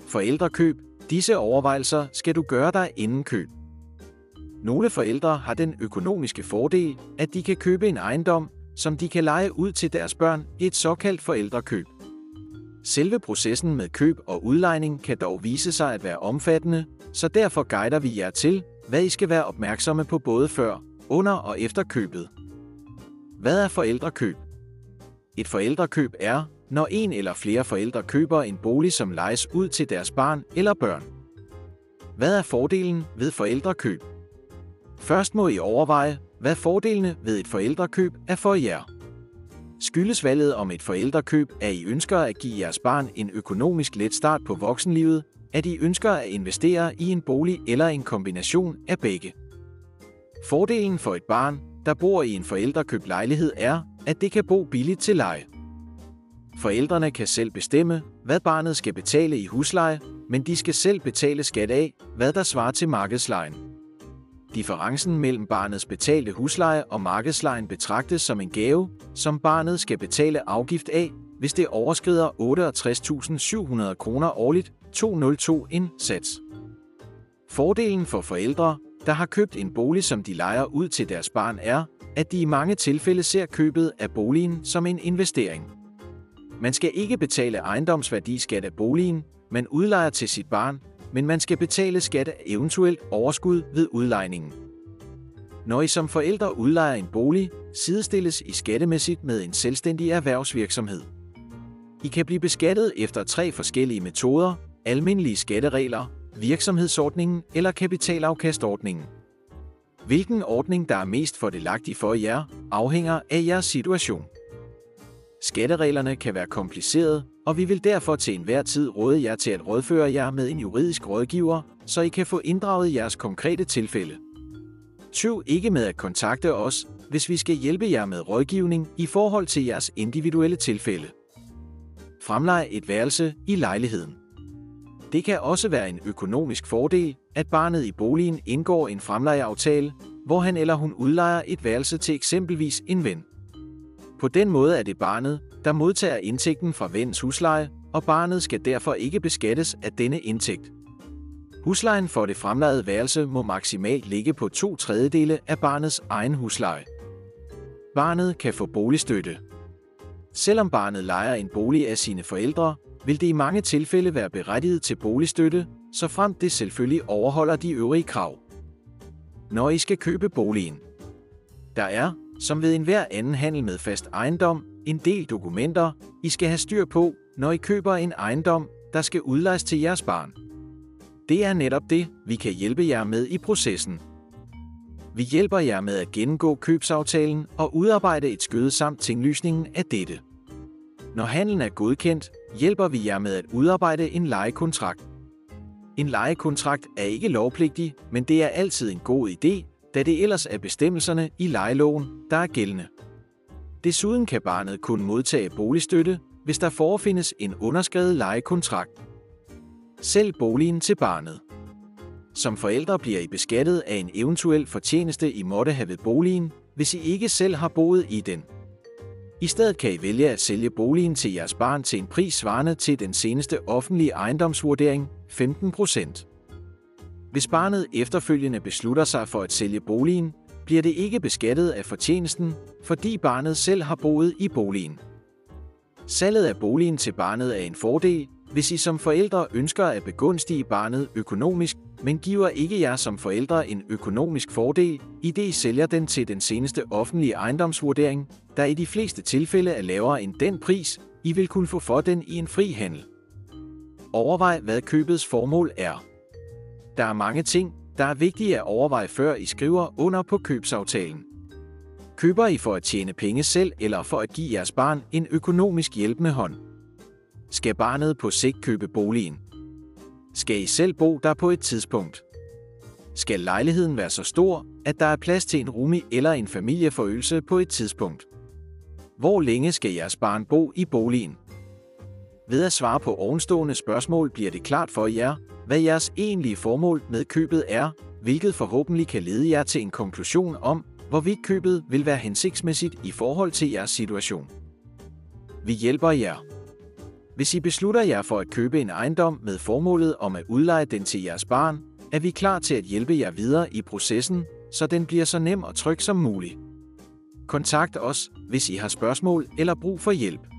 Forældrekøb. Disse overvejelser skal du gøre dig inden køb. Nogle forældre har den økonomiske fordel, at de kan købe en ejendom, som de kan leje ud til deres børn, et såkaldt forældrekøb. Selve processen med køb og udlejning kan dog vise sig at være omfattende, så derfor guider vi jer til, hvad I skal være opmærksomme på både før, under og efter købet. Hvad er forældrekøb? Et forældrekøb er, når en eller flere forældre køber en bolig, som lejes ud til deres barn eller børn. Hvad er fordelen ved forældrekøb? Først må I overveje, hvad fordelene ved et forældrekøb er for jer. Skyldes valget om et forældrekøb, at I ønsker at give jeres barn en økonomisk let start på voksenlivet, at I ønsker at investere i en bolig eller en kombination af begge. Fordelen for et barn, der bor i en forældrekøbt lejlighed, er, at det kan bo billigt til leje. Forældrene kan selv bestemme, hvad barnet skal betale i husleje, men de skal selv betale skat af, hvad der svarer til markedslejen. Differencen mellem barnets betalte husleje og markedslejen betragtes som en gave, som barnet skal betale afgift af, hvis det overskrider 68.700 kroner årligt, 202 sats. Fordelen for forældre, der har købt en bolig, som de lejer ud til deres barn, er, at de i mange tilfælde ser købet af boligen som en investering. Man skal ikke betale ejendomsværdiskat af boligen, man udlejer til sit barn, men man skal betale skat af eventuelt overskud ved udlejningen. Når I som forældre udlejer en bolig, sidestilles I skattemæssigt med en selvstændig erhvervsvirksomhed. I kan blive beskattet efter 3 forskellige metoder: almindelige skatteregler, virksomhedsordningen eller kapitalafkastordningen. Hvilken ordning, der er mest fordelagtig for jer, afhænger af jeres situation. Skattereglerne kan være komplicerede, og vi vil derfor til enhver tid råde jer til at rådføre jer med en juridisk rådgiver, så I kan få inddraget jeres konkrete tilfælde. Tøv ikke med at kontakte os, hvis vi skal hjælpe jer med rådgivning i forhold til jeres individuelle tilfælde. Fremleje et værelse i lejligheden. Det kan også være en økonomisk fordel, at barnet i boligen indgår en fremlejeaftale, hvor han eller hun udlejer et værelse til eksempelvis en ven. På den måde er det barnet, der modtager indtægten fra vens husleje, og barnet skal derfor ikke beskattes af denne indtægt. Huslejen for det fremlejede værelse må maksimalt ligge på 2/3 af barnets egen husleje. Barnet kan få boligstøtte. Selvom barnet lejer en bolig af sine forældre, vil det i mange tilfælde være berettiget til boligstøtte, såfremt det selvfølgelig overholder de øvrige krav. Når I skal købe boligen. Der er, som ved enhver anden handel med fast ejendom, en del dokumenter, I skal have styr på, når I køber en ejendom, der skal udlejes til jeres barn. Det er netop det, vi kan hjælpe jer med i processen. Vi hjælper jer med at gennemgå købsaftalen og udarbejde et skøde samt tinglysningen af dette. Når handlen er godkendt, hjælper vi jer med at udarbejde en lejekontrakt. En lejekontrakt er ikke lovpligtig, men det er altid en god idé, da det ellers er bestemmelserne i lejeloven, der er gældende. Desuden kan barnet kun modtage boligstøtte, hvis der forefindes en underskrevet lejekontrakt. Sælg boligen til barnet. Som forældre bliver I beskattet af en eventuel fortjeneste, I måtte have ved boligen, hvis I ikke selv har boet i den. I stedet kan I vælge at sælge boligen til jeres barn til en pris svarende til den seneste offentlige ejendomsvurdering, 15%. Hvis barnet efterfølgende beslutter sig for at sælge boligen, bliver det ikke beskattet af fortjenesten, fordi barnet selv har boet i boligen. Salget af boligen til barnet er en fordel, hvis I som forældre ønsker at begunstige barnet økonomisk, men giver ikke jer som forældre en økonomisk fordel, idet I sælger den til den seneste offentlige ejendomsvurdering, der i de fleste tilfælde er lavere end den pris, I vil kunne få for den i en fri handel. Overvej, hvad købets formål er. Der er mange ting, der er vigtige at overveje, før I skriver under på købsaftalen. Køber I for at tjene penge selv eller for at give jeres barn en økonomisk hjælpende hånd? Skal barnet på sigt købe boligen? Skal I selv bo der på et tidspunkt? Skal lejligheden være så stor, at der er plads til en roomie eller en familieforøgelse på et tidspunkt? Hvor længe skal jeres barn bo i boligen? Ved at svare på ovenstående spørgsmål bliver det klart for jer, hvad jeres egentlige formål med købet er, hvilket forhåbentlig kan lede jer til en konklusion om, hvorvidt købet vil være hensigtsmæssigt i forhold til jeres situation. Vi hjælper jer. Hvis I beslutter jer for at købe en ejendom med formålet om at udleje den til jeres barn, er vi klar til at hjælpe jer videre i processen, så den bliver så nem og tryg som muligt. Kontakt os, hvis I har spørgsmål eller brug for hjælp.